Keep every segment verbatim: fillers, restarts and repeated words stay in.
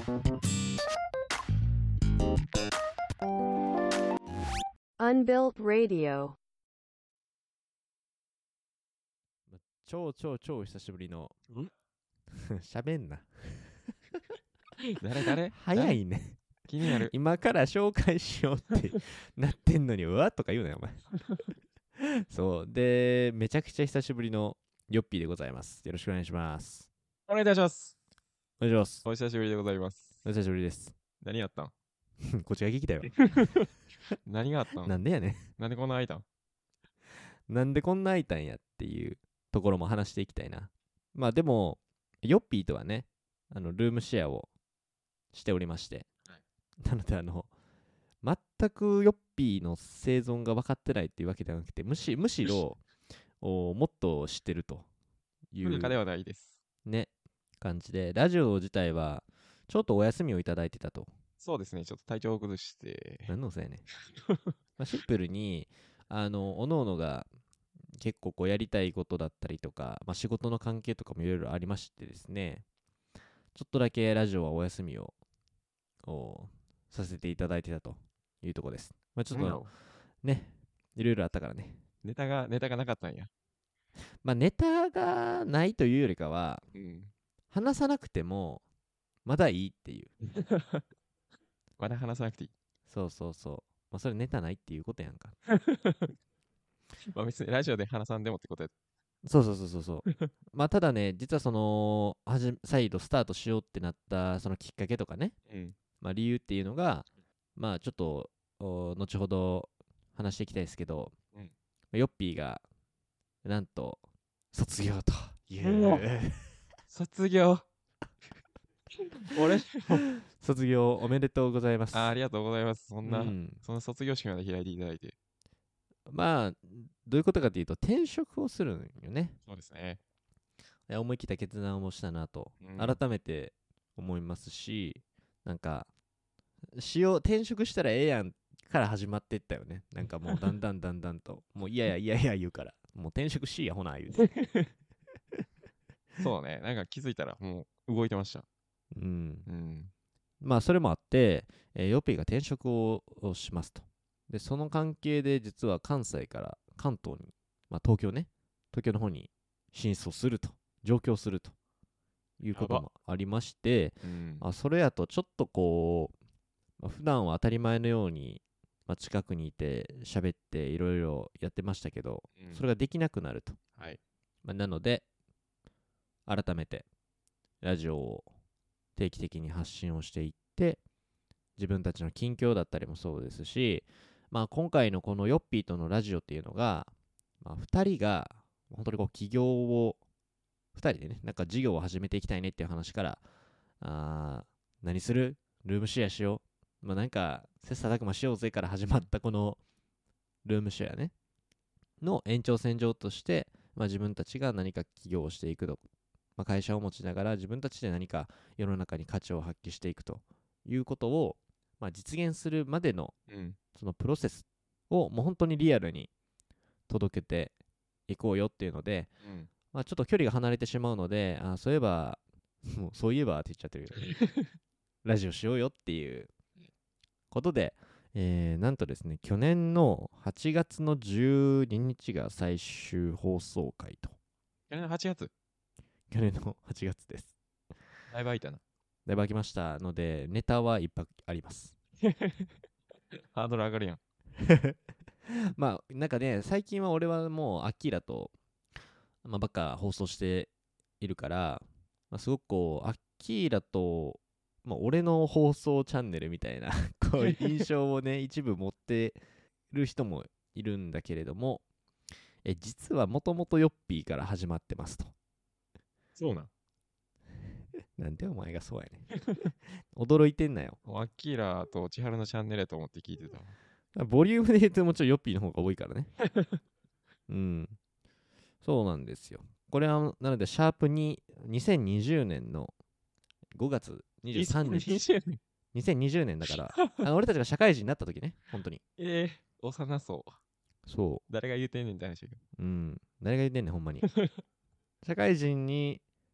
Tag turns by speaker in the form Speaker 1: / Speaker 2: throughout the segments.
Speaker 1: Unbuilt Radio。
Speaker 2: 超超超久しぶりの
Speaker 3: ん
Speaker 2: 喋んな
Speaker 3: 誰誰
Speaker 2: 早いね
Speaker 3: 気になる。
Speaker 2: 今から紹介しようってなってんのにうわっとか言うなよお前そうでめちゃくちゃ久しぶりのヨッピーでございます。よろしくお願いします。
Speaker 3: お願いいたします。
Speaker 2: お願いします。
Speaker 3: お久しぶりでございます。
Speaker 2: お久しぶりです。
Speaker 3: 何やったん
Speaker 2: こっちが聞きたよ
Speaker 3: 何があったん
Speaker 2: なんでやね
Speaker 3: なんでこんな空いたん
Speaker 2: んなんでこんな空いたんやっていうところも話していきたいな。まあでもヨッピーとはねあのルームシェアをしておりまして、はい、なのであの全くヨッピーの生存が分かってないっていうわけではなくてむしむしろおもっと知ってるという
Speaker 3: 文化ではないです
Speaker 2: ね感じで、ラジオ自体はちょっとお休みをいただいてたと。
Speaker 3: そうですね、ちょっと体調を崩して
Speaker 2: 何のせいねまあシンプルにあの各々が結構こうやりたいことだったりとか、まあ、仕事の関係とかもいろいろありましてですね、ちょっとだけラジオはお休みをさせていただいてたというところです。まあ、ちょっとね、いろいろあったからね。
Speaker 3: ネタが、ネタがなかったんや。
Speaker 2: まあ、ネタがないというよりかは、
Speaker 3: うん、
Speaker 2: 話さなくてもまだいいっていう。
Speaker 3: まだ話さなくていい。
Speaker 2: そうそうそう。まあ、それネタないっていうことやんか。
Speaker 3: まあ別にラジオで話さんでもってことや。
Speaker 2: そうそうそうそうそう。まあただね、実はそのはじ再度スタートしようってなったそのきっかけとかね、
Speaker 3: うん、
Speaker 2: まあ理由っていうのが、まあちょっと後ほど話していきたいですけど、うん、ヨッピーがなんと卒業という
Speaker 3: 卒業俺
Speaker 2: 卒業おめでとうございます。
Speaker 3: あ。ありがとうございます。そんな、うん、その卒業式まで開いていただいて。
Speaker 2: まあどういうことかというと転職をするんよね。
Speaker 3: そうですね。
Speaker 2: 思い切った決断をしたなと、うん、改めて思いますし、なんかしよう転職したらええやんから始まっていったよね。なんかもうだんだんだんだんともういやいやいやいや言うからもう転職しいやほな言うて
Speaker 3: そうね、なんか気づいたらもう動いてました。
Speaker 2: うん、
Speaker 3: うん、
Speaker 2: まあそれもあって、えー、ヨッピーが転職をしますと。でその関係で実は関西から関東に、まあ、東京ね東京の方に進出をすると上京するということもありまして、うん、あそれやとちょっとこう、まあ、普段は当たり前のように、まあ、近くにいて喋っていろいろやってましたけど、うん、それができなくなると、はいまあ、なので改めてラジオを定期的に発信をしていって自分たちの近況だったりもそうですし、まあ、今回のこのヨッピーとのラジオっていうのが、まあ、ふたりが本当にこう起業をふたりでねなんか事業を始めていきたいねっていう話からあ何するルームシェアしよう、まあ、なんか切磋琢磨しようぜから始まったこのルームシェアねの延長線上として、まあ、自分たちが何か起業をしていくと、まあ、会社を持ちながら自分たちで何か世の中に価値を発揮していくということを、まあ、実現するまでの、うん、そのプロセスをもう本当にリアルに届けていこうよっていうので、うんまあ、ちょっと距離が離れてしまうのであそういえばもうそういえばって言っちゃってるけどラジオしようよっていうことで、えー、なんとですね去年のはちがつのじゅうににちが最終放送回と。
Speaker 3: 去年のはちがつ
Speaker 2: 去年のはちがつです。
Speaker 3: だいぶ空いたな。
Speaker 2: だいぶ空きましたのでネタはいっぱいあります
Speaker 3: ハードル上がるやん
Speaker 2: まあなんかね最近は俺はもうアッキーラと、まあ、ばっか放送しているから、まあ、すごくこうアッキーラと、まあ、俺の放送チャンネルみたいなこう印象をね一部持ってる人もいるんだけれどもえ実はもともとヨッピーから始まってますと。
Speaker 3: そうなん
Speaker 2: なんでお前がそうやねん驚いてんなよ。
Speaker 3: アッキーラと千春のチャンネルやと思って聞いてた。
Speaker 2: ボリュームで言うともちろんヨッピーの方が多いからねうんそうなんですよ。これはなのでシャープににせんにじゅうねんのごがつにじゅうさんにちにせんにじゅうねんだからあの俺たちが社会人になった時ね本当に
Speaker 3: ええー、幼そう
Speaker 2: そう
Speaker 3: 誰が言うてんねんって話。
Speaker 2: うん誰が言うてんねんほんまに社会人に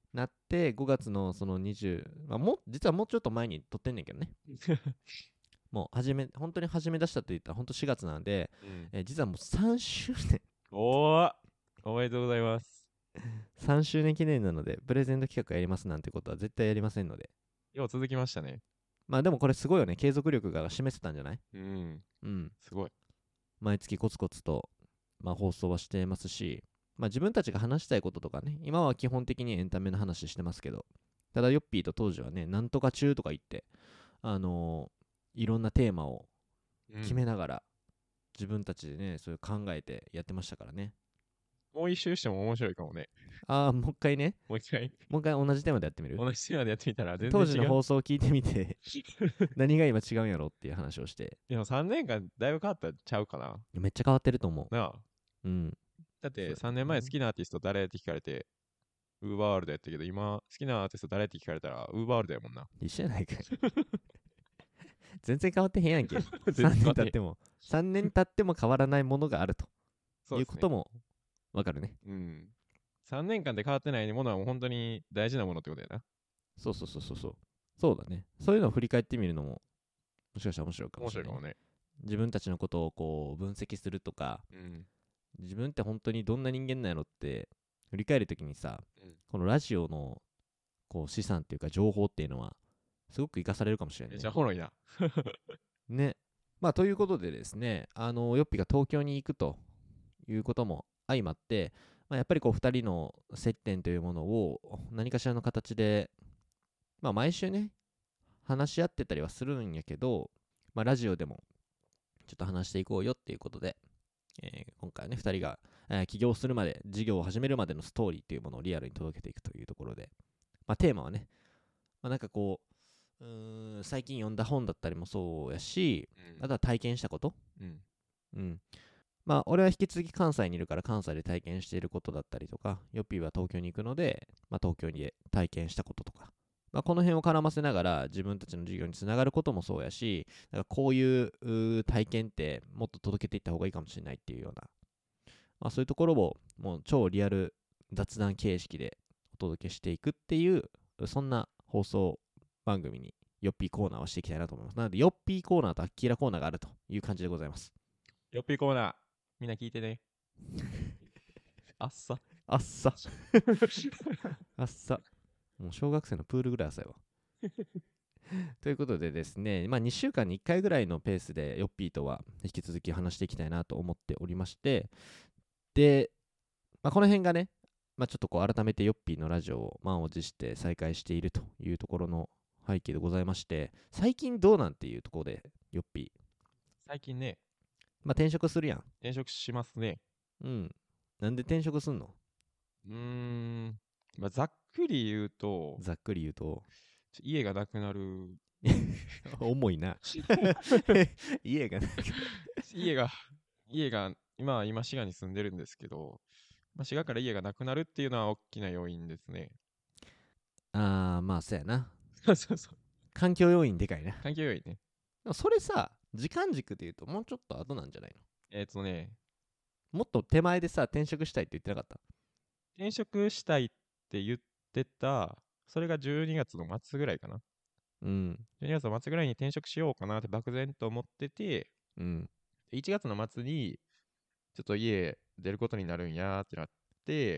Speaker 2: なってごがつのそのにじゅう、まあ、も実はもうちょっと前に撮ってんねんけどね。もう始め本当に始め出したと言ったら本当しがつなんで、
Speaker 3: うん、
Speaker 2: えー実はもうさんしゅうねん
Speaker 3: おー、おめでとうございます。
Speaker 2: さんしゅうねん記念なのでプレゼント企画やりますなんてことは絶対やりませんので、
Speaker 3: よう続きましたね。
Speaker 2: まあでもこれすごいよね。継続力が示せたんじゃない？
Speaker 3: うん、
Speaker 2: うん。
Speaker 3: すごい。
Speaker 2: 毎月コツコツと、まあ、放送はしてますし、まあ、自分たちが話したいこととかね、今は基本的にエンタメの話してますけど、ただヨッピーと当時はね、なんとか中とか言って、あのーいろんなテーマを
Speaker 3: うん、
Speaker 2: 決めながら、自分たちでね、そういう考えてやってましたからね。
Speaker 3: もう一周しても面白いかもね。
Speaker 2: ああ、もう一回ね、
Speaker 3: もう一回、
Speaker 2: もう一回同じテーマでやってみる？
Speaker 3: 同じテーマでやってみたら全然違う。
Speaker 2: 当時の放送を聞いてみて、何が今違うんやろっていう話をして、
Speaker 3: でもさんねんかんだいぶ変わったんちゃうかな。
Speaker 2: めっちゃ変わってると思
Speaker 3: なあ。
Speaker 2: う。うん。
Speaker 3: だって
Speaker 2: そうやね
Speaker 3: さんねんまえ好きなアーティスト誰って聞かれて、ウーバーワールドやったけど、今好きなアーティスト誰って聞かれたら、ウーバーワールドやもんな。
Speaker 2: 一緒やないかい。全然変わってへんやんけ。3
Speaker 3: 全然変わってへん
Speaker 2: 年経っても。さんねん経っても変わらないものがあると
Speaker 3: そうですね
Speaker 2: いうこともわかるね。
Speaker 3: うん。さんねんかんで変わってないものはもう本当に大事なものってことやな。
Speaker 2: そうそうそうそうそう。そうだね。そういうのを振り返ってみるのも、もしかしたら面白いかもしれない。
Speaker 3: 面白いかもね。
Speaker 2: 自分たちのことをこう分析するとか、
Speaker 3: うん。
Speaker 2: 自分って本当にどんな人間なのって振り返るときにさ、
Speaker 3: うん
Speaker 2: このラジオのこう資産っていうか情報っていうのは、すごく活かされるかもしれないね
Speaker 3: めっちゃ。おもろいな。
Speaker 2: ね。まあ、ということでですね、あの、ヨッピが東京に行くということも相まって、まあ、やっぱりこう、ふたりの接点というものを何かしらの形で、まあ、毎週ね、話し合ってたりはするんやけど、まあ、ラジオでもちょっと話していこうよっていうことで、えー今回はね、ふたりが、えー起業するまで、事業を始めるまでのストーリーというものをリアルに届けていくというところで、まあ、テーマはね、まあ、なんかこう、うーん最近読んだ本だったりもそうやし、
Speaker 3: うん
Speaker 2: あとは体験したこと、
Speaker 3: うん。
Speaker 2: うん。まあ、俺は引き続き関西にいるから関西で体験していることだったりとか、ヨッピーは東京に行くので、まあ、東京に体験したこととか、まあ、この辺を絡ませながら自分たちの授業につながることもそうやし、なんかこういううー体験ってもっと届けていった方がいいかもしれないっていうような、まあ、そういうところをもう超リアル雑談形式でお届けしていくっていう、そんな放送番組にヨッピーコーナーをしていきたいなと思います。なので、ヨッピーコーナーとアッキーラコーナーがあるという感じでございます。
Speaker 3: よっぴーコーナー。みんな聞いてね。あっさ。
Speaker 2: あっさ。あっさ。もう小学生のプールぐらい浅いわ。ということでですね、まあ、にしゅうかんにいっかいぐらいのペースでヨッピーとは引き続き話していきたいなと思っておりまして、で、まあ、この辺がね、まあ、ちょっとこう改めてヨッピーのラジオを満を持して再開しているというところの背景でございまして、最近どうなんていうところで、ヨッピー。
Speaker 3: 最近ね、
Speaker 2: まあ、転職するやん。
Speaker 3: 転職しますね。
Speaker 2: うん。なんで転職すんの？
Speaker 3: うーん。まあ、ざっくり言うと、
Speaker 2: ざっくり言うと。
Speaker 3: ちょ家がなくなる。
Speaker 2: 重いな。家がなんか
Speaker 3: 家が、家が、今は今滋賀に住んでるんですけど、まあ、滋賀から家がなくなるっていうのは大きな要因ですね。
Speaker 2: あー、まあ、そうやな。
Speaker 3: そうそうそう。
Speaker 2: 環境要因でかいな。
Speaker 3: 環境要因ね。
Speaker 2: でもそれさ、時間軸で言うともうちょっと後なんじゃない
Speaker 3: えっ、とね、
Speaker 2: の？もっと手前でさ、転職したいって言ってなかった？
Speaker 3: 転職したいって言ってた、それがじゅうにがつの末ぐらいかな。
Speaker 2: うん。
Speaker 3: じゅうにがつの末ぐらいに転職しようかなって漠然と思ってて、
Speaker 2: うん。
Speaker 3: いちがつの末に、ちょっと家出ることになるんやーってなって、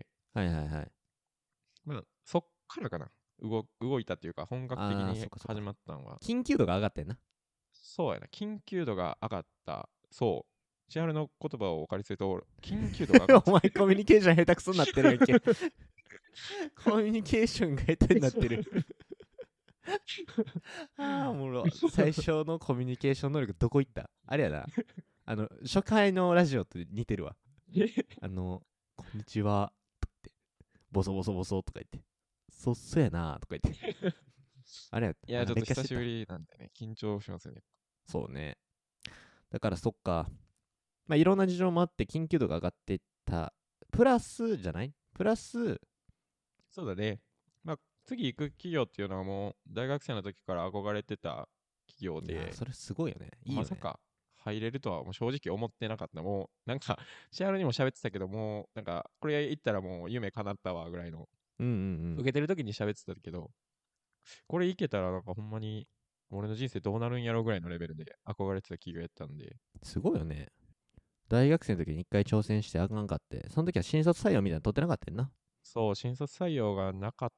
Speaker 2: はいはいはい。
Speaker 3: まあ、そっからかな。動動いたっていうか、本格的
Speaker 2: あー
Speaker 3: に
Speaker 2: そっかそっか
Speaker 3: 始まったのは、
Speaker 2: 緊急度が上がってんな。
Speaker 3: そうやな、緊急度が上がった。そう。千春の言葉をお借りすると、緊急度が上がっ
Speaker 2: お前コミュニケーション下手くそになってるやんけ。コミュニケーションが下手になってる。ああ、おもろ。最初のコミュニケーション能力どこ行った？あれやな。あの、初回のラジオと似てるわ。あの、こんにちは。とか言って、ボソボソボソとか言って、そっそやなとか言って。あれやった。
Speaker 3: いや、ちょっと久しぶ
Speaker 2: り。
Speaker 3: りなんでね、緊張しますよね。
Speaker 2: そうね。だからそっか。まあ、いろんな事情もあって緊急度が上がっていった。プラスじゃないプラス、
Speaker 3: そうだね。まあ、次行く企業っていうのはもう、大学生の時から憧れてた企業で、
Speaker 2: いやそれすごいよね。いいよね。
Speaker 3: まさか入れるとはもう正直思ってなかった。もう、なんか、シェアルにも喋ってたけど、もう、なんか、これ行ったらもう夢叶ったわぐらいの
Speaker 2: うんうん
Speaker 3: 受けてる時に喋ってたけど、これいけたらなんかほんまに俺の人生どうなるんやろぐらいのレベルで憧れてた企業やったんで。
Speaker 2: すごいよね。大学生の時に一回挑戦してあかんかって、その時は新卒採用みたいなの取ってなかったよな。
Speaker 3: そう、新卒採用がなかった、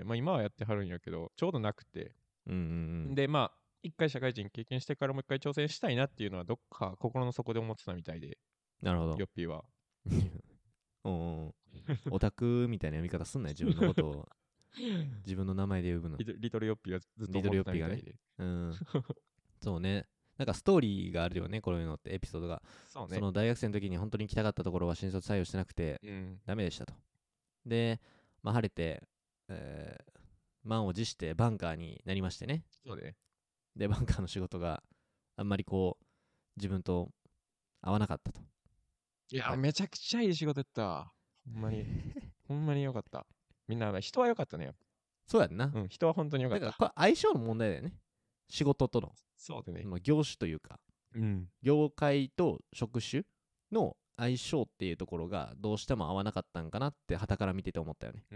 Speaker 3: まあ今はやってはるんやけど、ちょうどなくて。
Speaker 2: うんうん
Speaker 3: で、まあ、一回社会人経験してからもう一回挑戦したいなっていうのはどっか心の底で思ってたみたいで、
Speaker 2: うん。なるほど。
Speaker 3: ヨッピーは。
Speaker 2: うんうん。オタクみたいな読み方すんなよ、自分のことを。自分の名前で呼ぶの。
Speaker 3: リトリトルヨッピーはずっと
Speaker 2: リト
Speaker 3: 思って
Speaker 2: ルヨッピーがね。
Speaker 3: たみたいで。
Speaker 2: うん。そうね。なんかストーリーがあるよね、こういうのって、エピソードが。
Speaker 3: そうね。
Speaker 2: その大学生の時に本当に行きたかったところは新卒採用してなくて、
Speaker 3: うん。
Speaker 2: ダメでしたと。で、まあ、晴れて、えー満を持してバンカーになりましてね。
Speaker 3: そうね。
Speaker 2: で、バンカーの仕事があんまりこう、自分と合わなかったと。
Speaker 3: いや、
Speaker 2: はい
Speaker 3: めちゃくちゃいい仕事やったわ。ほんまに。ほんまによかった。みんな、人はよかったね。やっ
Speaker 2: そうやんな。
Speaker 3: ぱうん、人は本当によかった。
Speaker 2: だからこれ相性の問題だよね。仕事との、
Speaker 3: そうでね。
Speaker 2: まあ、業種というか、
Speaker 3: うん。
Speaker 2: 業界と職種の相性っていうところがどうしても合わなかったんかなって傍から見てて思ったよね。
Speaker 3: うん。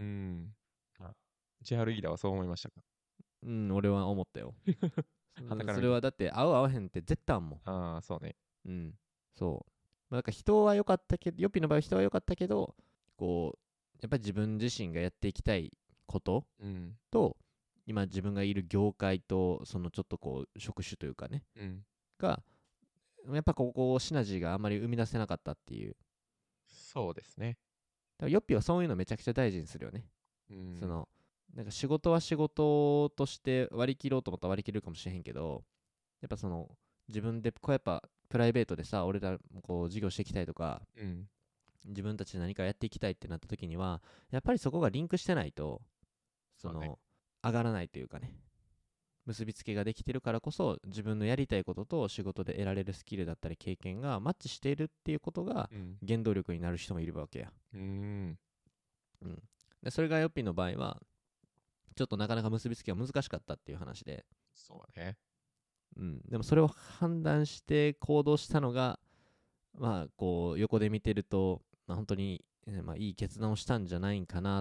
Speaker 3: あ、千春リーダーはそう思いましたか？
Speaker 2: うん、俺は思ったよ。
Speaker 3: 傍から見て。
Speaker 2: それはだって合う合わへんって絶対あんもん。
Speaker 3: ああ、そうね。
Speaker 2: うん。そう。まあ、なんか人は良かったけど、ヨッピーの場合は人は良かったけど、こう、やっぱり自分自身がやっていきたいこと
Speaker 3: うん。
Speaker 2: と、今自分がいる業界と、そのちょっとこう、職種というかね、
Speaker 3: うん。
Speaker 2: が、やっぱここ、シナジーがあんまり生み出せなかったっていう。
Speaker 3: そうですね。
Speaker 2: だからヨッピーはそういうのめちゃくちゃ大事にするよね。
Speaker 3: うん。
Speaker 2: その、なんか仕事は仕事として割り切ろうと思ったら割り切れるかもしれへんけど、やっぱその、自分で、こうやっぱプライベートでさ、俺らもこう、事業していきたいとか、
Speaker 3: うん。
Speaker 2: 自分たちで何かやっていきたいってなった時には、やっぱりそこがリンクしてないと、その、
Speaker 3: そうね。
Speaker 2: 上がらないというかね、結びつけができてるからこそ、自分のやりたいことと仕事で得られるスキルだったり経験がマッチしているっていうことが
Speaker 3: うん。
Speaker 2: 原動力になる人もいるわけや。
Speaker 3: うーん。
Speaker 2: うん。でそれがヨッピーの場合は、ちょっとなかなか結びつきが難しかったっていう話で、
Speaker 3: そうね。
Speaker 2: うん。でもそれを判断して行動したのが、まあ、こう、横で見てると、まあ、本当に、えーまあ、いい決断をしたんじゃないかなって、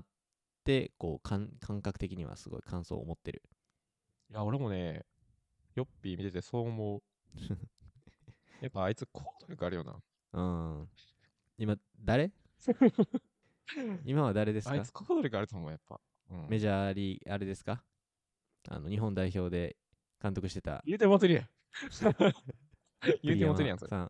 Speaker 2: こう、感感覚的にはすごい感想を持ってる。
Speaker 3: いや、俺もね、ヨッピー見ててそう思う。やっぱあいつ行動力あるよな。
Speaker 2: うん。今、誰今は誰ですか？
Speaker 3: あいつ行動力あると思う、やっぱ。うん。
Speaker 2: メジャーリーグ、あれですか？あの、日本代表で監督してた
Speaker 3: 言うてもてるやん。言う
Speaker 2: 栗
Speaker 3: てもてるやん、それ。
Speaker 2: 山さん。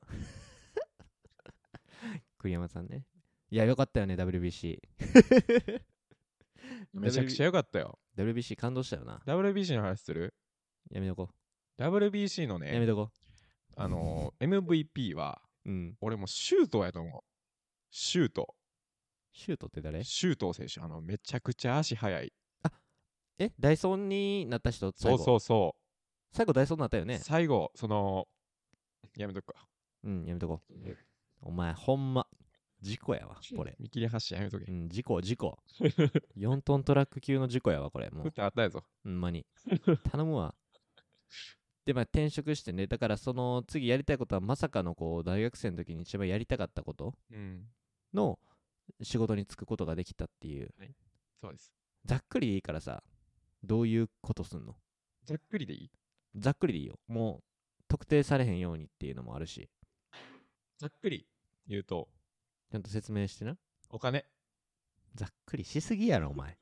Speaker 2: 栗山さんね。いや、よかったよね、ダブリュービーシー。
Speaker 3: めちゃくちゃ良かったよ。
Speaker 2: ダブリュービーシー 感動したよな。
Speaker 3: ダブリュービーシー の話する？
Speaker 2: やめとこ
Speaker 3: ダブリュービーシー の
Speaker 2: う。や
Speaker 3: ね、
Speaker 2: めとこ
Speaker 3: あのー、エムブイピー は、
Speaker 2: う。うん。
Speaker 3: 俺もうシュートやと思う。シュート。
Speaker 2: シュートって誰？
Speaker 3: シュート選手。あの、めちゃくちゃ足速い。
Speaker 2: え、ダイソーになった人最
Speaker 3: そう
Speaker 2: 後。
Speaker 3: そうそう。
Speaker 2: 最後ダイソーになったよね。
Speaker 3: 最後、その、やめとくか。
Speaker 2: うん、やめとこう。お前、ほんま、事故やわ、これ。
Speaker 3: 見切り発車やめとけ
Speaker 2: う。ん、事故、事故。よんトントラック級の事故やわ、これ。もう、
Speaker 3: 歌あったやぞ。
Speaker 2: ほんまに。頼むわ。で、まあ、転職してね、だからその次やりたいことはまさかのこう、大学生の時に一番やりたかったこと
Speaker 3: うん。
Speaker 2: の仕事に就くことができたっていう。
Speaker 3: そうです。
Speaker 2: ざっくりでいいからさ、どういうことすんの？
Speaker 3: ざっくりでいい？
Speaker 2: ざっくりでいいよ。もう、特定されへんようにっていうのもあるし、
Speaker 3: ざっくり言うと、
Speaker 2: ちゃんと説明してな。
Speaker 3: お金。
Speaker 2: ざっくりしすぎやろ、お前。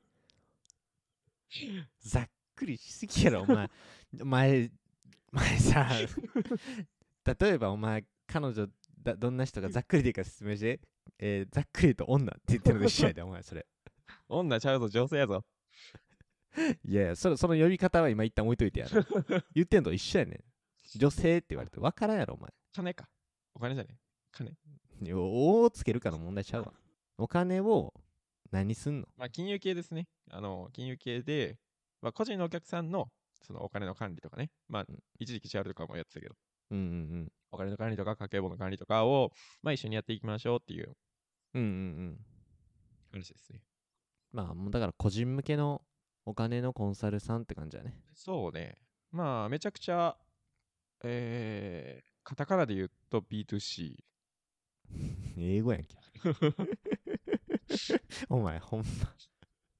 Speaker 2: ざっくりしすぎやろ、お前。お前、お前さ、例えばお前、彼女だ、どんな人がざっくりでいいか説明して、えーざっくりと女って言ってるのと一緒やで、お前、それ。
Speaker 3: 女ちゃうぞ、女性やぞ。
Speaker 2: いやいや、そのその呼び方は今一旦置いといてやる。言ってんのと一緒やねん。女性って言われて分からんやろ、お前。
Speaker 3: 金か。お金じゃね金。
Speaker 2: いやおをつけるかの問題ちゃうわ。お金を何すんの？
Speaker 3: まあ、金融系ですね。あの、金融系で、まあ、個人のお客さんの、そのお金の管理とかね。まあ
Speaker 2: うん、
Speaker 3: 一時期チャールとかもやってたけど、
Speaker 2: うんうん
Speaker 3: お金の管理とか家計簿の管理とかを、まあ一緒にやっていきましょうっていう
Speaker 2: うん。うんうんうん。
Speaker 3: 話ですね。
Speaker 2: まあ、もうだから個人向けのお金のコンサルさんって感じだね。
Speaker 3: そうね。まあ、めちゃくちゃ、えー、カタカナで言うと ビーツーシ
Speaker 2: 英語やんけ。お前、ほんま。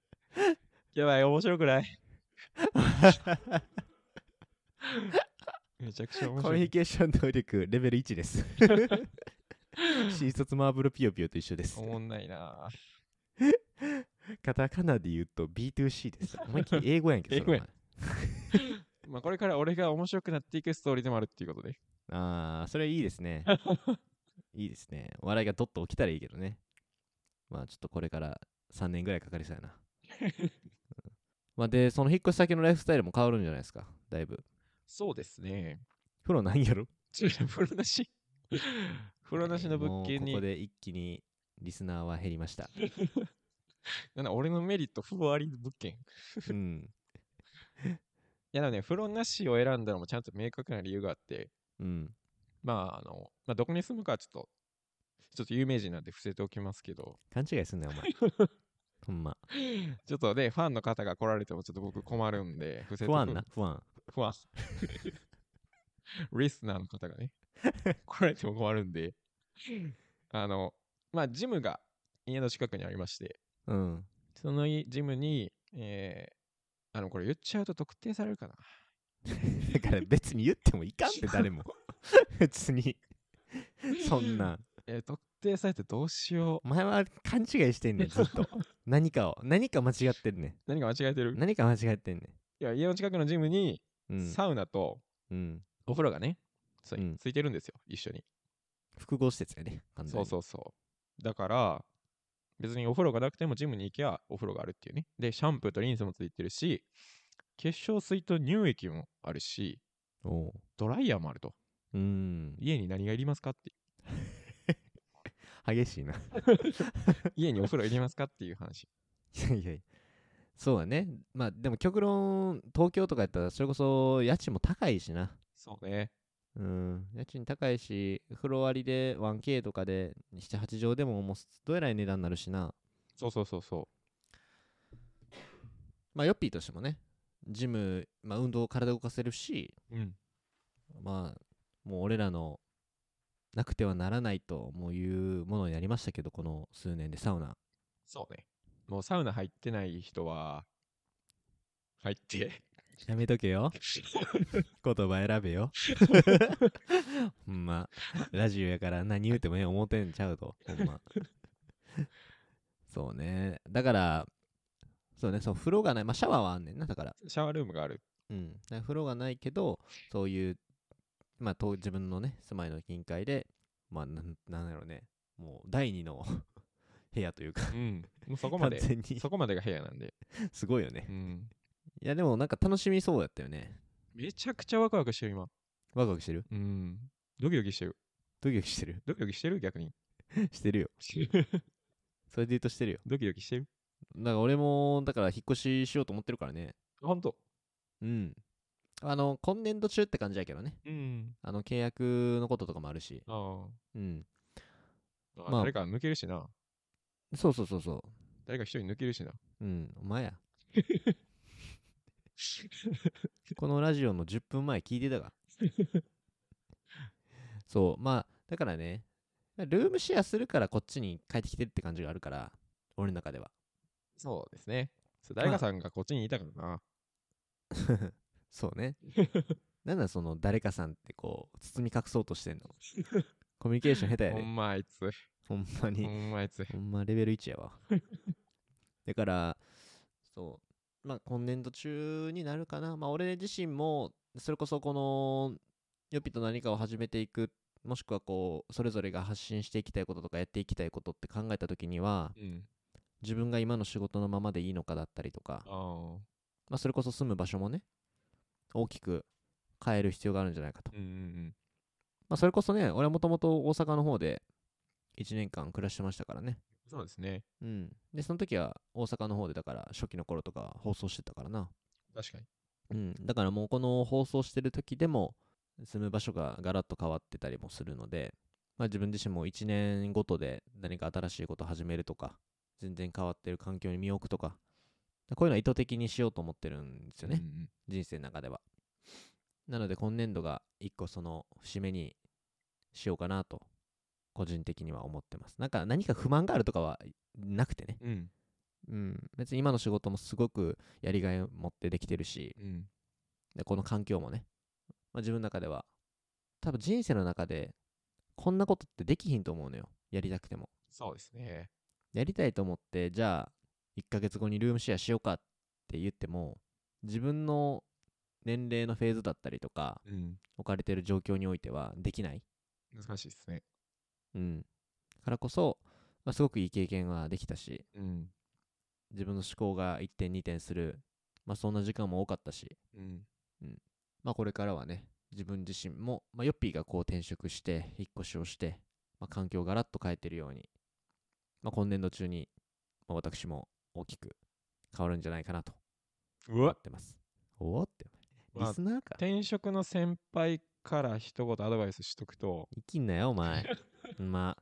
Speaker 3: やばい、面白くない。めちゃくちゃ面
Speaker 2: コミュ
Speaker 3: 白い。
Speaker 2: ニケーション能力レベルいちです。新卒マーブルピヨピヨと一緒です。
Speaker 3: おもんないな。
Speaker 2: カタカナで言うと ビーツーシー です。思いっきり英語やんけど、それお前。
Speaker 3: まあこれから俺が面白くなっていくストーリーでもあるっていうことで。
Speaker 2: あー、それいいですね。いいですね。笑いがどっと起きたらいいけどね。まあちょっとこれからさんねんぐらいかかりそうやな。まあで、その引っ越し先のライフスタイルも変わるんじゃないですか。だいぶ。
Speaker 3: そうですね。
Speaker 2: 風呂ないんやろ。
Speaker 3: ちょ風呂なし風呂なしの物件に。
Speaker 2: もうここで一気にリスナーは減りました。
Speaker 3: なんだ俺のメリット風呂あり物件。
Speaker 2: うん。
Speaker 3: いやでもね、風呂なしを選んだのもちゃんと明確な理由があって、
Speaker 2: うん。
Speaker 3: まああの、まあどこに住むかはちょっと、ちょっと有名人なんで伏せておきますけど、
Speaker 2: 勘違いすんなよ、お前。ほんま。
Speaker 3: ちょっとね、ファンの方が来られてもちょっと僕困るんで、伏せとく。
Speaker 2: 不安な、不安。
Speaker 3: 不安。リスナーの方がね、来られても困るんで、あの、まあ、ジムが家の近くにありまして、
Speaker 2: うん。
Speaker 3: そのジムに、えー、あの、これ言っちゃうと特定されるかな。
Speaker 2: だから別に言ってもいかんって誰も。別に。そんな。
Speaker 3: えー、特定されてどうしよ
Speaker 2: お前は勘違いしてんねん、ずっと。何かを。何か間違ってんねん。
Speaker 3: う。何か間違えてる。
Speaker 2: 何か間違ってんね
Speaker 3: いや、家の近くのジムに、
Speaker 2: ん。うん。
Speaker 3: サウナと
Speaker 2: うん。
Speaker 3: お風呂がね、つい,、
Speaker 2: うん
Speaker 3: ついてるんですよ、一緒に。
Speaker 2: 複合施設やね、完全
Speaker 3: そう
Speaker 2: に。
Speaker 3: そうそう。だから、別にお風呂がなくてもジムに行けばお風呂があるっていうね。で、シャンプーとリンスもついてるし、化粧水と乳液もあるし、
Speaker 2: おう。
Speaker 3: ドライヤーもあると。
Speaker 2: うーん。
Speaker 3: 家に何がいりますかっていう。
Speaker 2: 激しいな。
Speaker 3: 家にお風呂いりますかっていう話。
Speaker 2: いやいやいや。そうだね。まあでも極論、東京とかやったらそれこそ家賃も高いしな。
Speaker 3: そうね。
Speaker 2: うん。家賃高いし、風呂割りで ワンケー とかでなな、はち畳でももうどえらい値段になるしな。
Speaker 3: そうそうそうそ
Speaker 2: まあヨッピーとしてもね、ジム、まあ運動、体動かせるし、
Speaker 3: う。うん。
Speaker 2: まあもう俺らのなくてはならないともういうものになりましたけど、この数年でサウナ。
Speaker 3: そうね。もうサウナ入ってない人は、入って。
Speaker 2: やめとけよ。言葉選べよ。ほんま。ラジオやから何言うてもね、思ってんちゃうと。ほんま。そうね。だから、そうね、そう、風呂がない。まあ、シャワーはあんねんな、だから。
Speaker 3: シャワールームがある。
Speaker 2: うん。だから風呂がないけど、そういう、まあ、と自分のね、住まいの近海で、まあ、なん、なんだろうね。もう、第二の部屋というか、
Speaker 3: うん。もうそこまで、
Speaker 2: 完全に
Speaker 3: そこまでが部屋なんで。
Speaker 2: すごいよね
Speaker 3: う。ん。
Speaker 2: いや、でもなんか楽しみそうやったよね。
Speaker 3: めちゃくちゃワクワクしてる、今。
Speaker 2: ワクワクしてる？
Speaker 3: うん。ドキドキしてる。
Speaker 2: ドキドキしてる？
Speaker 3: ドキドキしてる逆に。
Speaker 2: してるよ。それで言うとしてるよ。
Speaker 3: ドキドキしてる。
Speaker 2: だから俺も、だから引っ越ししようと思ってるからね。
Speaker 3: ほんと。
Speaker 2: うん。あの、今年度中って感じやけどね。
Speaker 3: うん。
Speaker 2: あの、契約のこととかもあるし。
Speaker 3: あ
Speaker 2: うん。
Speaker 3: あ。あ
Speaker 2: まあ
Speaker 3: 誰か抜けるしな。
Speaker 2: そうそうそうそ
Speaker 3: 誰か一人抜けるしな。
Speaker 2: う。うん。お前や。このラジオのじゅっぷんまえ聞いてたか。そう。まあ、だからね、ルームシェアするからこっちに帰ってきてるって感じがあるから、俺の中では。
Speaker 3: そうですね。そう誰かさんがこっちにいたからな。
Speaker 2: そうね。なんだその誰かさんってこう、包み隠そうとしてんの。コミュニケーション下手やで。
Speaker 3: ほんまあいつ。
Speaker 2: ほんまに。
Speaker 3: ほんまあいつ。
Speaker 2: ほんまレベルいちやわ。だから、そう、まあ今年度中になるかな。まあ俺自身も、それこそこの、ヨピと何かを始めていく、もしくはこう、それぞれが発信していきたいこととかやっていきたいことって考えたときには、
Speaker 3: うん。
Speaker 2: 自分が今の仕事のままでいいのかだったりとか、
Speaker 3: ああ。
Speaker 2: まあそれこそ住む場所もね、大きく変える必要があるんじゃないかと。
Speaker 3: うんうん
Speaker 2: まあそれこそね、俺はもともと大阪の方でいちねんかん暮らしてましたからね。
Speaker 3: うん。そうですね。
Speaker 2: うん。で、その時は大阪の方でだから初期の頃とか放送してたからな。
Speaker 3: 確かに。
Speaker 2: うん。だからもうこの放送してる時でも住む場所がガラッと変わってたりもするので、まあ自分自身もいちねんごとで何か新しいことを始めるとか、全然変わってる環境に身を置くとか、こういうのは意図的にしようと思ってるんですよね。
Speaker 3: うんうん
Speaker 2: 人生の中では。なので今年度が一個その節目にしようかなと、個人的には思ってます。なんか何か不満があるとかはなくてね。
Speaker 3: うん。
Speaker 2: うん、別に今の仕事もすごくやりがいを持ってできてるし、
Speaker 3: うん。
Speaker 2: でこの環境もね、まあ、自分の中では多分人生の中でこんなことってできひんと思うのよ。やりたくても。
Speaker 3: そうですね。
Speaker 2: やりたいと思って、じゃあいっかげつごにルームシェアしようかって言っても、自分の年齢のフェーズだったりとか、
Speaker 3: うん。
Speaker 2: 置かれている状況においてはできない。
Speaker 3: 難しいですね。
Speaker 2: うん。からこそ、まあ、すごくいい経験はできたし、
Speaker 3: うん。
Speaker 2: 自分の思考がいってんにてんする、まあそんな時間も多かったし、
Speaker 3: うん。
Speaker 2: うん。まあこれからはね、自分自身も、まあヨッピーがこう転職して、引っ越しをして、まあ環境をガラッと変えてるように、まあ今年度中に、まあ、私も大きく変わるんじゃないかなと
Speaker 3: うわ、
Speaker 2: 思ってます。おおって、リ
Speaker 3: まあ、
Speaker 2: スナーか。
Speaker 3: 転職の先輩から一言アドバイスしとくと、
Speaker 2: 生きんなよ、お前。ま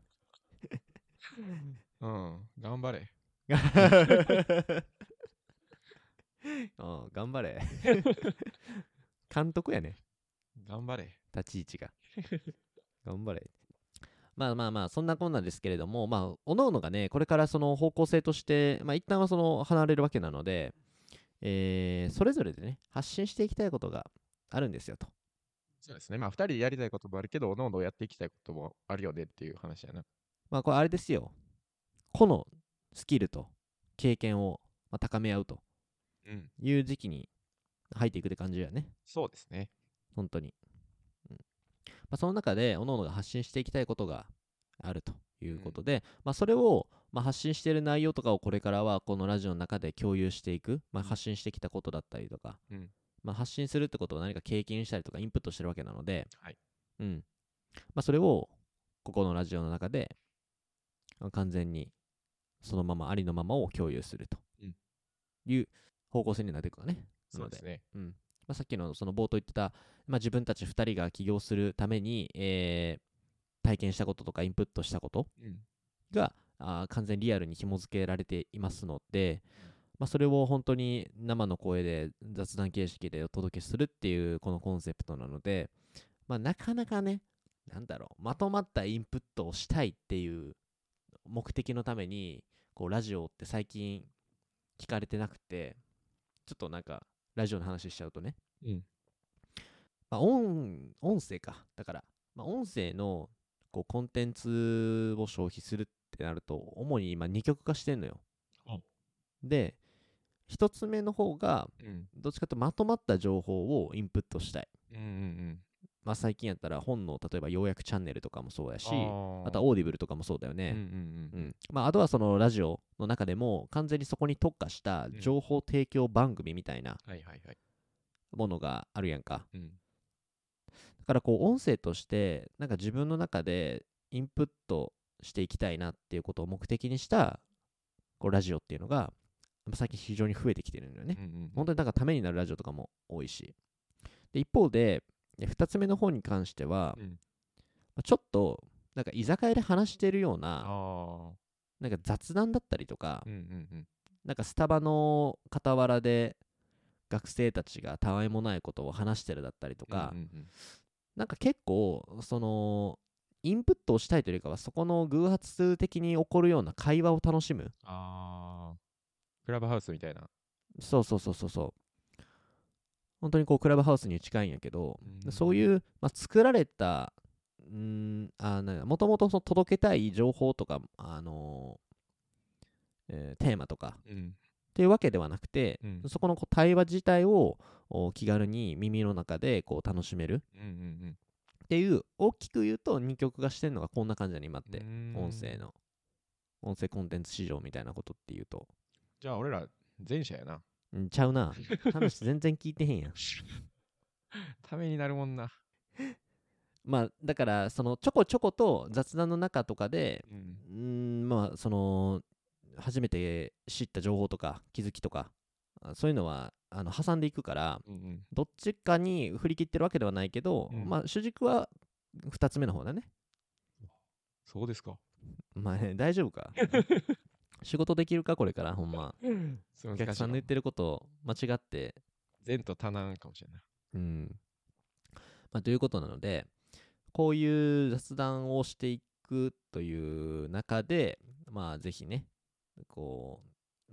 Speaker 3: うん、頑張れ。
Speaker 2: あ。うん、頑張れ。監督やね。
Speaker 3: 頑張れ。
Speaker 2: 立ち位置が。頑張れ。まあまあまあ、そんなこんなですけれども、まあ、おのおのがね、これからその方向性として、まあ一旦はその離れるわけなので、えー、それぞれでね、発信していきたいことがあるんですよと。
Speaker 3: そうですね。まあ、二人でやりたいこともあるけど、おのおのやっていきたいこともあるよねっていう話やな。
Speaker 2: まあこれあれですよ。個のスキルと経験をまあ高め合うと
Speaker 3: うん。
Speaker 2: いう時期に入っていくって感じやね。
Speaker 3: そうですね。
Speaker 2: 本当に。うんまあ、その中で、各々が発信していきたいことがあるということで、まあ、それを、まあ、発信している内容とかをこれからはこのラジオの中で共有していく、まあ、
Speaker 3: うん
Speaker 2: 発信してきたことだったりとか、
Speaker 3: うん。
Speaker 2: まあ、発信するってことを何か経験したりとかインプットしてるわけなので、
Speaker 3: はい。
Speaker 2: うんまあ、それをここのラジオの中で完全にそのままありのままを共有するという方向性になっていくかね。なので、
Speaker 3: そうですね。
Speaker 2: うんまあ、さっきのその冒頭言ってた、まあ、自分たちふたりが起業するために、えー体験したこととかインプットしたこと
Speaker 3: うん。
Speaker 2: があ完全リアルに紐付けられていますので、まあ、それを本当に生の声で雑談形式でお届けするっていうこのコンセプトなので、まあ、なかなかね、なんだろう、まとまったインプットをしたいっていう目的のために、こうラジオって最近聞かれてなくて、ちょっとなんかラジオの話しちゃうとね、
Speaker 3: うん。
Speaker 2: まあ、音音声か。だから、まあ、音声のこうコンテンツを消費するってなると、主に今にきょく化してんのよ。
Speaker 3: あ
Speaker 2: で、ひとつめの方が、
Speaker 3: うん。
Speaker 2: どっちかというとまとまった情報をインプットしたい。
Speaker 3: うんうんうん。
Speaker 2: まあ、最近やったら本の、例えば要約チャンネルとかもそうやし、
Speaker 3: ああ。
Speaker 2: あとはオーディブルとかもそうだよ
Speaker 3: うんうん
Speaker 2: ね。
Speaker 3: うん。
Speaker 2: うんまあ、あとはそのラジオの中でも完全にそこに特化した
Speaker 3: うん
Speaker 2: 情報提供番組みたいな
Speaker 3: はいはいはい。
Speaker 2: ものがあるやんか。
Speaker 3: うん。
Speaker 2: だからこう音声としてなんか自分の中でインプットしていきたいなっていうことを目的にしたこうラジオっていうのが最近非常に増えてきてるんだよね。
Speaker 3: うんうんうん。
Speaker 2: 本当になんかためになるラジオとかも多いし。で一方でふたつめの方に関しては、
Speaker 3: うん。
Speaker 2: ちょっとなんか居酒屋で話してるような
Speaker 3: ああ。
Speaker 2: なんか雑談だったりとか、
Speaker 3: うんうんうん。
Speaker 2: なんかスタバの傍らで学生たちがたわいもないことを話してるだったりとか、
Speaker 3: うんうんうん
Speaker 2: なんか結構そのインプットをしたいというよりかはそこの偶発的に起こるような会話を楽しむ。
Speaker 3: ああ。クラブハウスみたいな。
Speaker 2: そうそうそうそうそう本当にこうクラブハウスに近いんやけど、
Speaker 3: うん
Speaker 2: そういう、まあ、作られたんあもともと届けたい情報とか、あのーえーテーマとか
Speaker 3: うん
Speaker 2: っていうわけではなくて、
Speaker 3: うん
Speaker 2: そこのこう対話自体をお気軽に耳の中でこう楽しめる
Speaker 3: うんうん
Speaker 2: っていう、大きく言うと二極化してるのがこんな感じだね今っ
Speaker 3: うん。
Speaker 2: て。
Speaker 3: うーん
Speaker 2: 音声の音声コンテンツ市場みたいなことっていうと、
Speaker 3: じゃあ俺ら前者やな。
Speaker 2: んちゃうな。話全然聞いてへんやん。
Speaker 3: ためになるもんな。
Speaker 2: まあだからそのちょこちょこと雑談の中とかで
Speaker 3: うん。
Speaker 2: うーんまあその初めて知った情報とか気づきとかあそういうのはあの挟んでいくから、
Speaker 3: うんうん。
Speaker 2: どっちかに振り切ってるわけではないけど、
Speaker 3: うん
Speaker 2: まあ主軸はふたつめの方だね。
Speaker 3: そうですか。
Speaker 2: まあね大丈夫か仕事できるかこれからほんま。
Speaker 3: すご
Speaker 2: お
Speaker 3: い難しいな
Speaker 2: 客さんの言ってること間違って
Speaker 3: 前途多難かもしれない。
Speaker 2: うんまあということなので、こういう雑談をしていくという中で、まあぜひね、こう、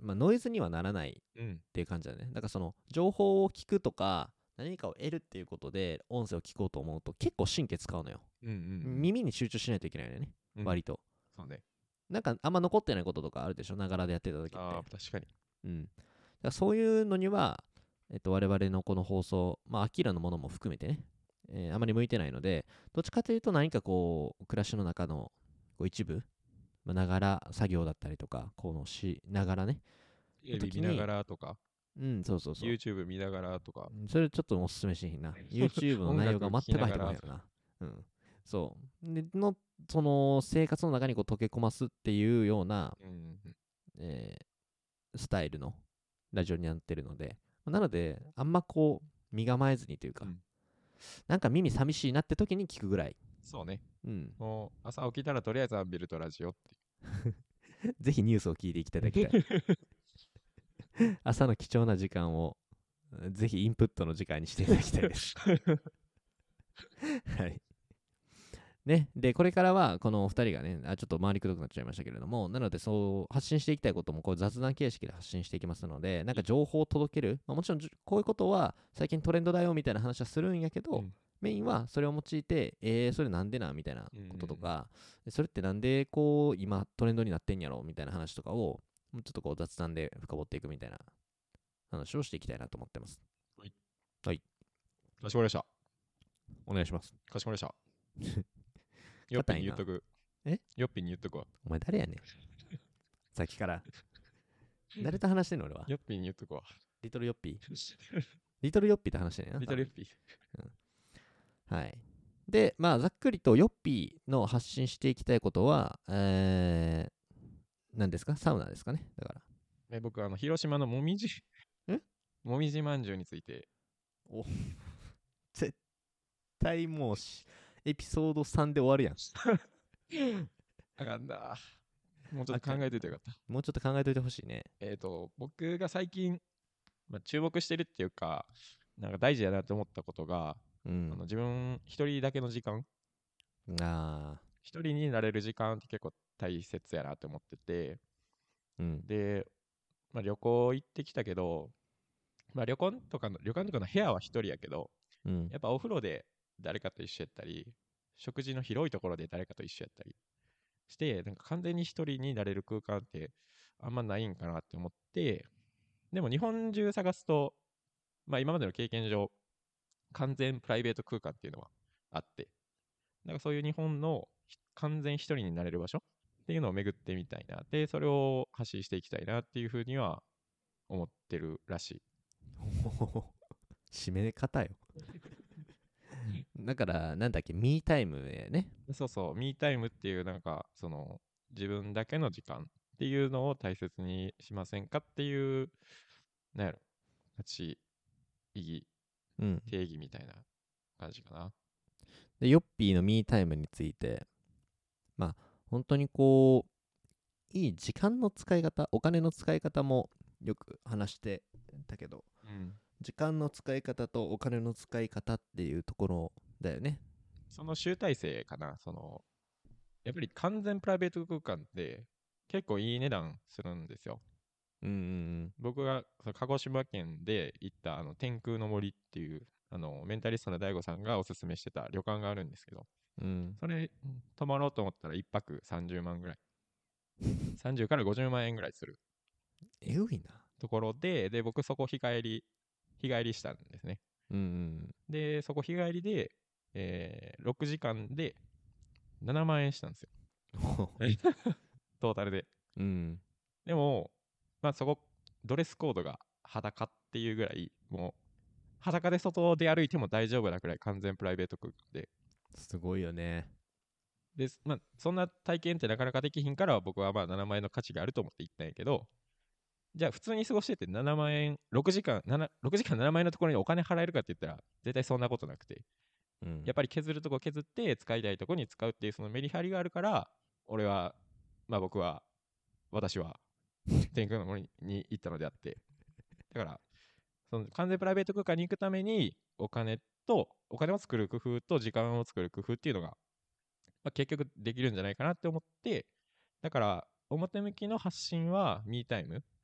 Speaker 2: まあ、ノイズにはならない
Speaker 3: うん
Speaker 2: っていう感じだね。だからその情報を聞くとか何かを得るっていうことで音声を聞こうと思うと結構神経使うのよ。
Speaker 3: うんうんうん
Speaker 2: 耳に集中しないといけないよね、
Speaker 3: うん
Speaker 2: 割と。
Speaker 3: そうね。
Speaker 2: なんかあんま残ってないこととかあるでしょ、ながらでやってた時って。
Speaker 3: ああ、確かに。
Speaker 2: うん。だからそういうのには、えっと、我々のこの放送、まあ、アキラのものも含めてね、えーあまり向いてないので、どっちかというと何かこう、暮らしの中のこう一部、まあながら作業だったりとか、このしながらね、
Speaker 3: テレビ
Speaker 2: 時に
Speaker 3: 見ながらとか、
Speaker 2: うん、そうそうそう。
Speaker 3: YouTube 見ながらとか、
Speaker 2: うんそれちょっとおすすめしひんな。YouTube の
Speaker 3: 音
Speaker 2: 内容
Speaker 3: 楽
Speaker 2: が全く入っ
Speaker 3: 聴きながら
Speaker 2: てこないよな。うん。そう。で、の、その生活の中にこう溶け込ますっていうような、
Speaker 3: うんうん
Speaker 2: えースタイルのラジオになってるので、なので、あんまこう、身構えずにというか、
Speaker 3: うん
Speaker 2: なんか耳寂しいなって時に聞くぐらい。
Speaker 3: そうね。
Speaker 2: うん。
Speaker 3: もう朝起きたらとりあえずアンビルとラジオって
Speaker 2: ぜひニュースを聞いていただきたい。朝の貴重な時間を、ぜひインプットの時間にしていただきたいです。はい。ね、で、これからは、このお二人がね、あちょっと回りくどくなっちゃいましたけれども、なので、そう発信していきたいこともこう雑談形式で発信していきますので、なんか情報を届ける、まあ、もちろんじゅこういうことは最近トレンドだよみたいな話はするんやけど、
Speaker 3: うん
Speaker 2: メインはそれを用いて、えー、それなんでなみたいなこととか、それってなんでこう今トレンドになってんやろみたいな話とかを、もうちょっとこう雑談で深掘っていくみたいな話をしていきたいなと思ってます。
Speaker 3: はい
Speaker 2: はい。
Speaker 3: かしこまりました。
Speaker 2: お願いします。
Speaker 3: かしこまりました。よっぴに言っとく。
Speaker 2: え
Speaker 3: よっぴに言っとくわ。
Speaker 2: お前誰やねん。さっきから。誰と話してんの俺は。
Speaker 3: よっぴに言っとくわ。
Speaker 2: リトルヨッピーリトルヨッピーと話してんねんな。
Speaker 3: リトルよっぴ。
Speaker 2: はい。で、まあ、ざっくりとヨッピーの発信していきたいことは、えー、何ですかサウナですかねだから。
Speaker 3: え僕、あの、広島のもみじ、
Speaker 2: え
Speaker 3: もみじまんじゅうについて、
Speaker 2: お絶対もうし、エピソードさんで終わるやん。
Speaker 3: あかんだ。もうちょっと考えといてよかった。
Speaker 2: もうちょっと考えといてほしいね。
Speaker 3: えっと、僕が最近、まあ、注目してるっていうか、なんか大事だなって思ったことが、
Speaker 2: うん
Speaker 3: あの。自分一人だけの時間、
Speaker 2: あ
Speaker 3: 一人になれる時間って結構大切やなって思ってて、
Speaker 2: ー。うん。
Speaker 3: で、まあ、旅行行ってきたけど、まあ、旅行とかの、旅館とかの部屋は一人やけど、
Speaker 2: うん。
Speaker 3: やっぱお風呂で誰かと一緒やったり、食事の広いところで誰かと一緒やったりして、なんか完全に一人になれる空間ってあんまないんかなって思って、でも日本中探すと、まあ今までの経験上、完全プライベート空間っていうのはあって、なんかそういう日本の完全一人になれる場所っていうのを巡ってみたいな。で、それを発信していきたいなっていうふうには思ってるらしい。
Speaker 2: 締め方よ。だから、なんだっけ、ミータイムやね。
Speaker 3: そうそう、ミータイムっていうなんか、その自分だけの時間っていうのを大切にしませんかっていう、なんやろ、価値、意義、
Speaker 2: うん。
Speaker 3: 定義みたいな感じかな。
Speaker 2: で、ヨッピーのミータイムについて、まあ、本当にこう、いい時間の使い方、お金の使い方もよく話してたけど、
Speaker 3: うん。
Speaker 2: 時間の使い方とお金の使い方っていうところだよね。
Speaker 3: その集大成かな。その、やっぱり完全プライベート空間って結構いい値段するんですよ。
Speaker 2: うんうん
Speaker 3: 僕がその鹿児島県で行ったあの天空の森っていうあのメンタリストの DAIGO さんがおすすめしてた旅館があるんですけど、
Speaker 2: うん。うん
Speaker 3: それ泊まろうと思ったらいっぱくさんじゅうまんぐらい。さんじゅうからごじゅうまん円ぐらいする
Speaker 2: えぐいな。
Speaker 3: ところで、で、僕そこ日帰り、日帰りしたんですね。
Speaker 2: うんうん。
Speaker 3: で、そこ日帰りで、えーろくじかんでななまん円したんですよ。トータルで。
Speaker 2: うん。
Speaker 3: でも、まあそこ、ドレスコードが裸っていうぐらい、もう、裸で外で歩いても大丈夫なくらい完全プライベート空間で。
Speaker 2: すごいよね。
Speaker 3: で、まあ、そんな体験ってなかなかできひんから、僕はまあななまん円の価値があると思って行ったんやけど、じゃあ普通に過ごしててななまん円、ろくじかん、なな ろくじかんななまん円のところにお金払えるかって言ったら、絶対そんなことなくて、
Speaker 2: うん。
Speaker 3: やっぱり削るとこ削って使いたいとこに使うっていうそのメリハリがあるから、俺は、まあ僕は、私は、天空の森に行ったのであって、だから、その完全プライベート空間に行くために、お金と、お金を作る工夫と時間を作る工夫っていうのが、まあ、結局できるんじゃないかなって思って、だから、表向きの発信は、ミータイム。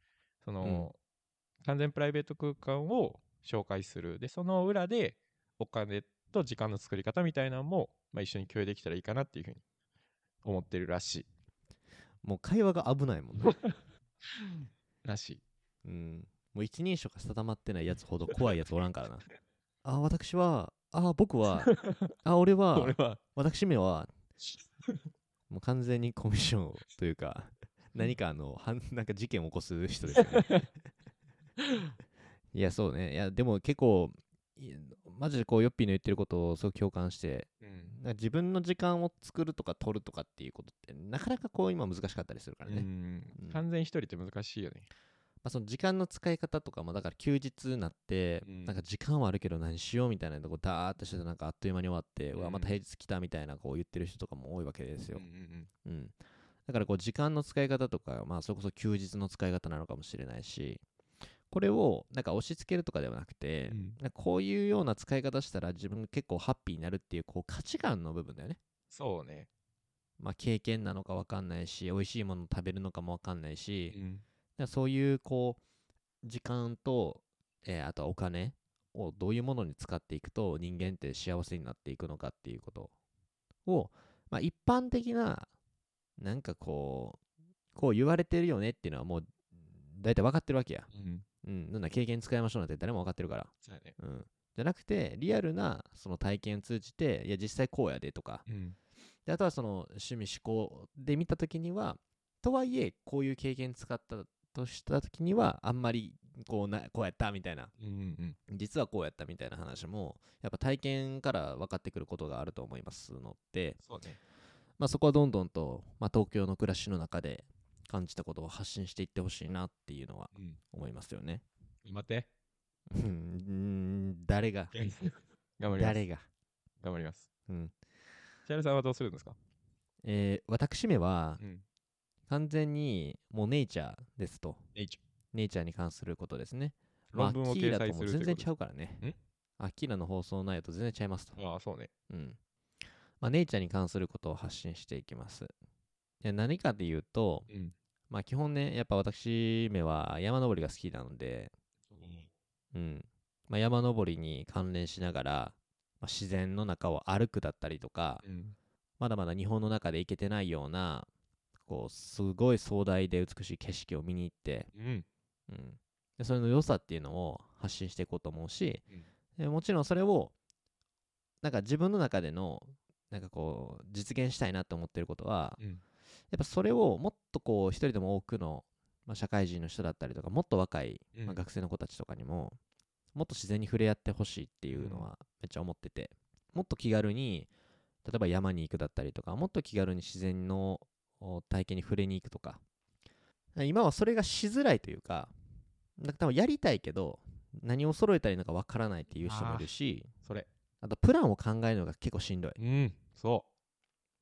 Speaker 3: その、うん、完全プライベート空間を紹介する。で、その裏でお金と時間の作り方みたいなのも、まあ、一緒に共有できたらいいかなっていうふうに思ってるらしい。
Speaker 2: もう会話が危ないもんね。
Speaker 3: らしい。
Speaker 2: うん。もう一人称が定まってないやつほど怖いやつおらんからな。あ、私は、あ、僕は、あ、俺は、
Speaker 3: 俺は
Speaker 2: 私めは、もう完全にコミッションというか、何かあの、はんなんか事件を起こす人ですよね。いや、そうね。いや、でも結構、マジでこう、ヨッピーの言ってることをすごく共感して、うん、なんか自分の時間を作るとか取るとかっていうことって、なかなかこう、今難しかったりするからね。
Speaker 3: うんうん、完全一人って難しいよね。
Speaker 2: まあ、その時間の使い方とかもだから休日になって、うん、なんか時間はあるけど何しようみたいなとこダーッとしてなんかあっという間に終わって、うん、うわまた平日来たみたいなこう言ってる人とかも多いわけですよ、うんうんうんうん、だからこう時間の使い方とか、まあ、それこそ休日の使い方なのかもしれないし、これをなんか押し付けるとかではなくて、うん、なんかこういうような使い方したら自分が結構ハッピーになるっていう、こう価値観の部分だよね。
Speaker 3: そうね。
Speaker 2: まあ経験なのか分かんないし、美味しいものを食べるのかも分かんないし、うん、だそういうこう時間と、えー、あとはお金をどういうものに使っていくと人間って幸せになっていくのかっていうことを、まあ、一般的ななんかこうこう言われてるよねっていうのはもう大体分かってるわけや。うん。うん、なんだ経験使いましょうなんて誰も分かってるから。そうやね。うん。じゃなくてリアルなその体験を通じていや実際こうやでとか、うん、であとはその趣味思考で見たときにはとはいえこういう経験使ったとしたときにはあんまりこうなこうやったみたいな、うんうん、実はこうやったみたいな話もやっぱ体験から分かってくることがあると思いますので、そうね、まあ、そこはどんどんと、まあ、東京の暮らしの中で感じたことを発信していってほしいなっていうのは思いますよね。
Speaker 3: うん、待って
Speaker 2: うん誰が
Speaker 3: 頑張ります
Speaker 2: 誰が
Speaker 3: 頑張ります。うん。千春さんはどうするんですか？
Speaker 2: えー、私めは、うん、完全にもうネイチャーですと。
Speaker 3: ネイチャー。
Speaker 2: ネイチャーに関することですね。
Speaker 3: 論文を掲載するということ。
Speaker 2: 全然ちゃうからね。アキーラの放送内容と全然ちゃいますと。
Speaker 3: ああ、そうね。
Speaker 2: うん。まあ、ネイチャーに関することを発信していきます。で何かで言うと、うん、まあ基本ね、やっぱ私めは山登りが好きなので、うん。まあ、山登りに関連しながら、まあ、自然の中を歩くだったりとか、うん、まだまだ日本の中で行けてないような、こう、すごい壮大で美しい景色を見に行って、うんうん、でそれの良さっていうのを発信していこうと思うし、うん、でもちろんそれを、なんか自分の中での、なんかこう、実現したいなと思ってることは、うん、やっぱそれをもっとこう、一人でも多くの、まあ、社会人の人だったりとか、もっと若い、まあ、学生の子たちとかにも、もっと自然に触れ合ってほしいっていうのはめっちゃ思ってて、もっと気軽に、例えば山に行くだったりとか、もっと気軽に自然の体験に触れに行くとか、今はそれがしづらいというか、なんか多分やりたいけど、何を揃えたらいいのかわからないっていう人もいるし、
Speaker 3: それ。
Speaker 2: あとプランを考えるのが結構しんどい。
Speaker 3: うん、そう。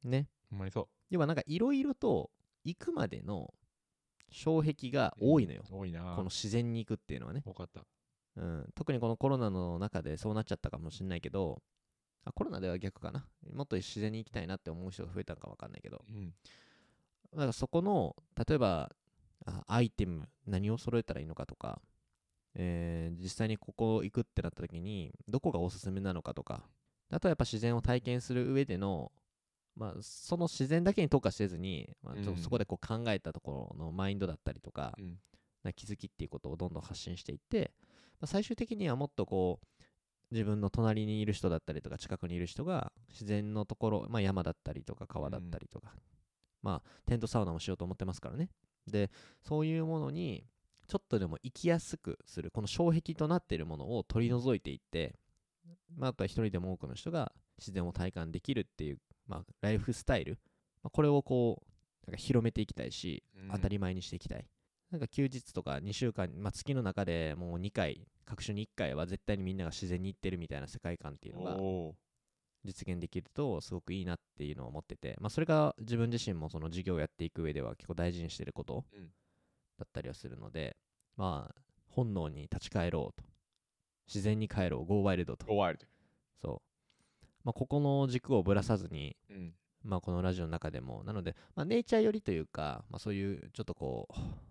Speaker 2: ね。
Speaker 3: ほんまにそう。
Speaker 2: 要はなんかいろいろと行くまでの障壁が多いのよ。
Speaker 3: うん、多いな。
Speaker 2: この自然に行くっていうのはね。
Speaker 3: 多かった。
Speaker 2: うん、特にこのコロナの中でそうなっちゃったかもしれないけど、あコロナでは逆かな。もっと自然に行きたいなって思う人が増えたのか分かんないけど、うん、だからそこの、例えば、あアイテム、何を揃えたらいいのかとか、えー、実際にここ行くってなった時に、どこがおすすめなのかとか、あとはやっぱ自然を体験する上での、まあ、その自然だけに特化せずに、まあ、ちょっとそこでこう考えたところのマインドだったりとか、うん、な気づきっていうことをどんどん発信していって、まあ、最終的にはもっとこう、自分の隣にいる人だったりとか近くにいる人が自然のところ、まあ、山だったりとか川だったりとか、うん、まあテントサウナもしようと思ってますからね。でそういうものにちょっとでも生きやすくするこの障壁となっているものを取り除いていって、まあ、あとは一人でも多くの人が自然を体感できるっていう、まあ、ライフスタイル、まあ、これをこうなんか広めていきたいし、うん、当たり前にしていきたい。なんか休日とかにしゅうかん、まあ、月の中でもうにかい、各週にいっかいは絶対にみんなが自然に行ってるみたいな世界観っていうのが実現できるとすごくいいなっていうのを思ってて、まあ、それが自分自身もその事業をやっていく上では結構大事にしてることだったりはするので、うん、まあ本能に立ち返ろうと、自然に帰ろう、ゴーワイルドと、
Speaker 3: ゴーワイルド、
Speaker 2: そう、まあ、ここの軸をぶらさずに、うんまあ、このラジオの中でもなので、まあ、ネイチャー寄りというか、まあ、そういうちょっとこう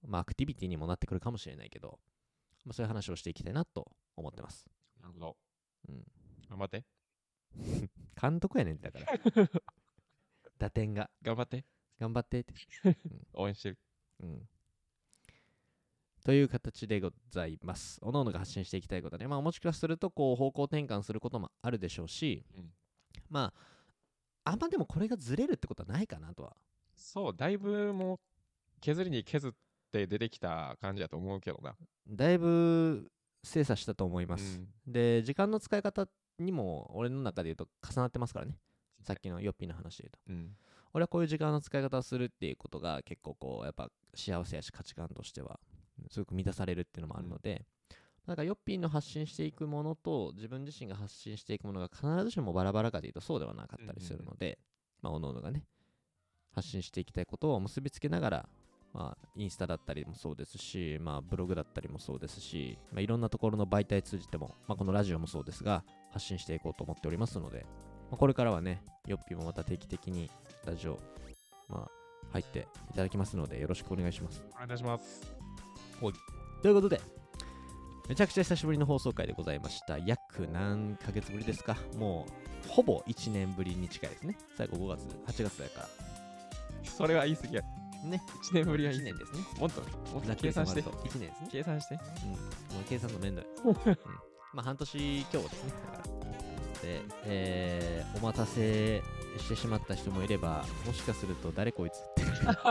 Speaker 2: まあ、アクティビティにもなってくるかもしれないけど、まあ、そういう話をしていきたいなと思ってます。
Speaker 3: なるほど。
Speaker 2: うん。
Speaker 3: 頑張って。
Speaker 2: 監督やねんだから。打点が。
Speaker 3: 頑張って。
Speaker 2: 頑張ってって。
Speaker 3: うん、応援してる。
Speaker 2: うん。という形でございます。おのおのが発信していきたいことで、まあ、もしかするとこう方向転換することもあるでしょうし、うん、まあ、あんまでもこれがずれるってことはないかなとは。
Speaker 3: そう、だいぶもう削りに削って出てきた感じだと思うけどな。
Speaker 2: だいぶ精査したと思います。うん、で、時間の使い方にも俺の中で言うと重なってますからね。さっきのヨッピーの話で言うと。うん、俺はこういう時間の使い方をするっていうことが結構こう、やっぱ幸せやし価値観としてはすごく満たされるっていうのもあるので、うん、なんかヨッピーの発信していくものと自分自身が発信していくものが必ずしもバラバラかというとそうではなかったりするので、うんうんうん、まあ、おのおのがね、発信していきたいことを結びつけながら、まあ、インスタだったりもそうですし、まあ、ブログだったりもそうですし、まあ、いろんなところの媒体通じても、まあ、このラジオもそうですが、発信していこうと思っておりますので、まあ、これからはね、ヨッピーもまた定期的にラジオ、まあ、入っていただきますので、よろしくお願いします。
Speaker 3: お願いいたします。
Speaker 2: はい。ということで、めちゃくちゃ久しぶりの放送回でございました。約何ヶ月ぶりですか？もう、ほぼいちねんぶりに近いですね。最後ごがつ、はちがつだから。
Speaker 3: それは言い過ぎや。
Speaker 2: ね。
Speaker 3: いちねんぶりはい
Speaker 2: ちねんですね。
Speaker 3: もっと、もっと計算して。い
Speaker 2: ちねんですね。
Speaker 3: 計算して。
Speaker 2: うん。もう計算の面倒い。うん。まあ、半年今日ですね。だから。で、えー、お待たせしてしまった人もいれば、もしかすると誰こいつって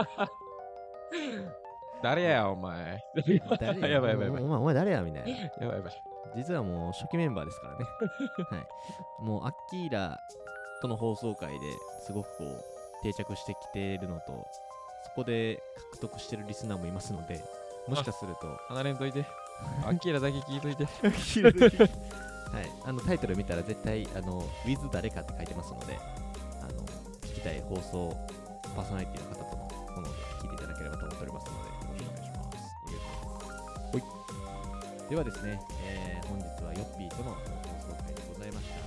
Speaker 3: 誰やお前。
Speaker 2: 誰や
Speaker 3: やばいやばいやばい。
Speaker 2: お前、お前誰やみたいな。
Speaker 3: やばいやばい。
Speaker 2: 実はもう初期メンバーですからね。はい。もうアッキーラとの放送回ですごくこう定着してきているのと、そこで獲得してるリスナーもいますので、もしかすると。
Speaker 3: 離れんといて。アッキーラだけ聞いといて。
Speaker 2: アッキーラだけ。はい、あのタイトル見たら絶対あの with 誰かって書いてますので、あの聞きたい放送パーソナリティの方とのもので聞いていただければと思っておりますので、よろしくお願いします。お願いします。はい。ではですね、えー、本日はヨッピーとの放送会でございました。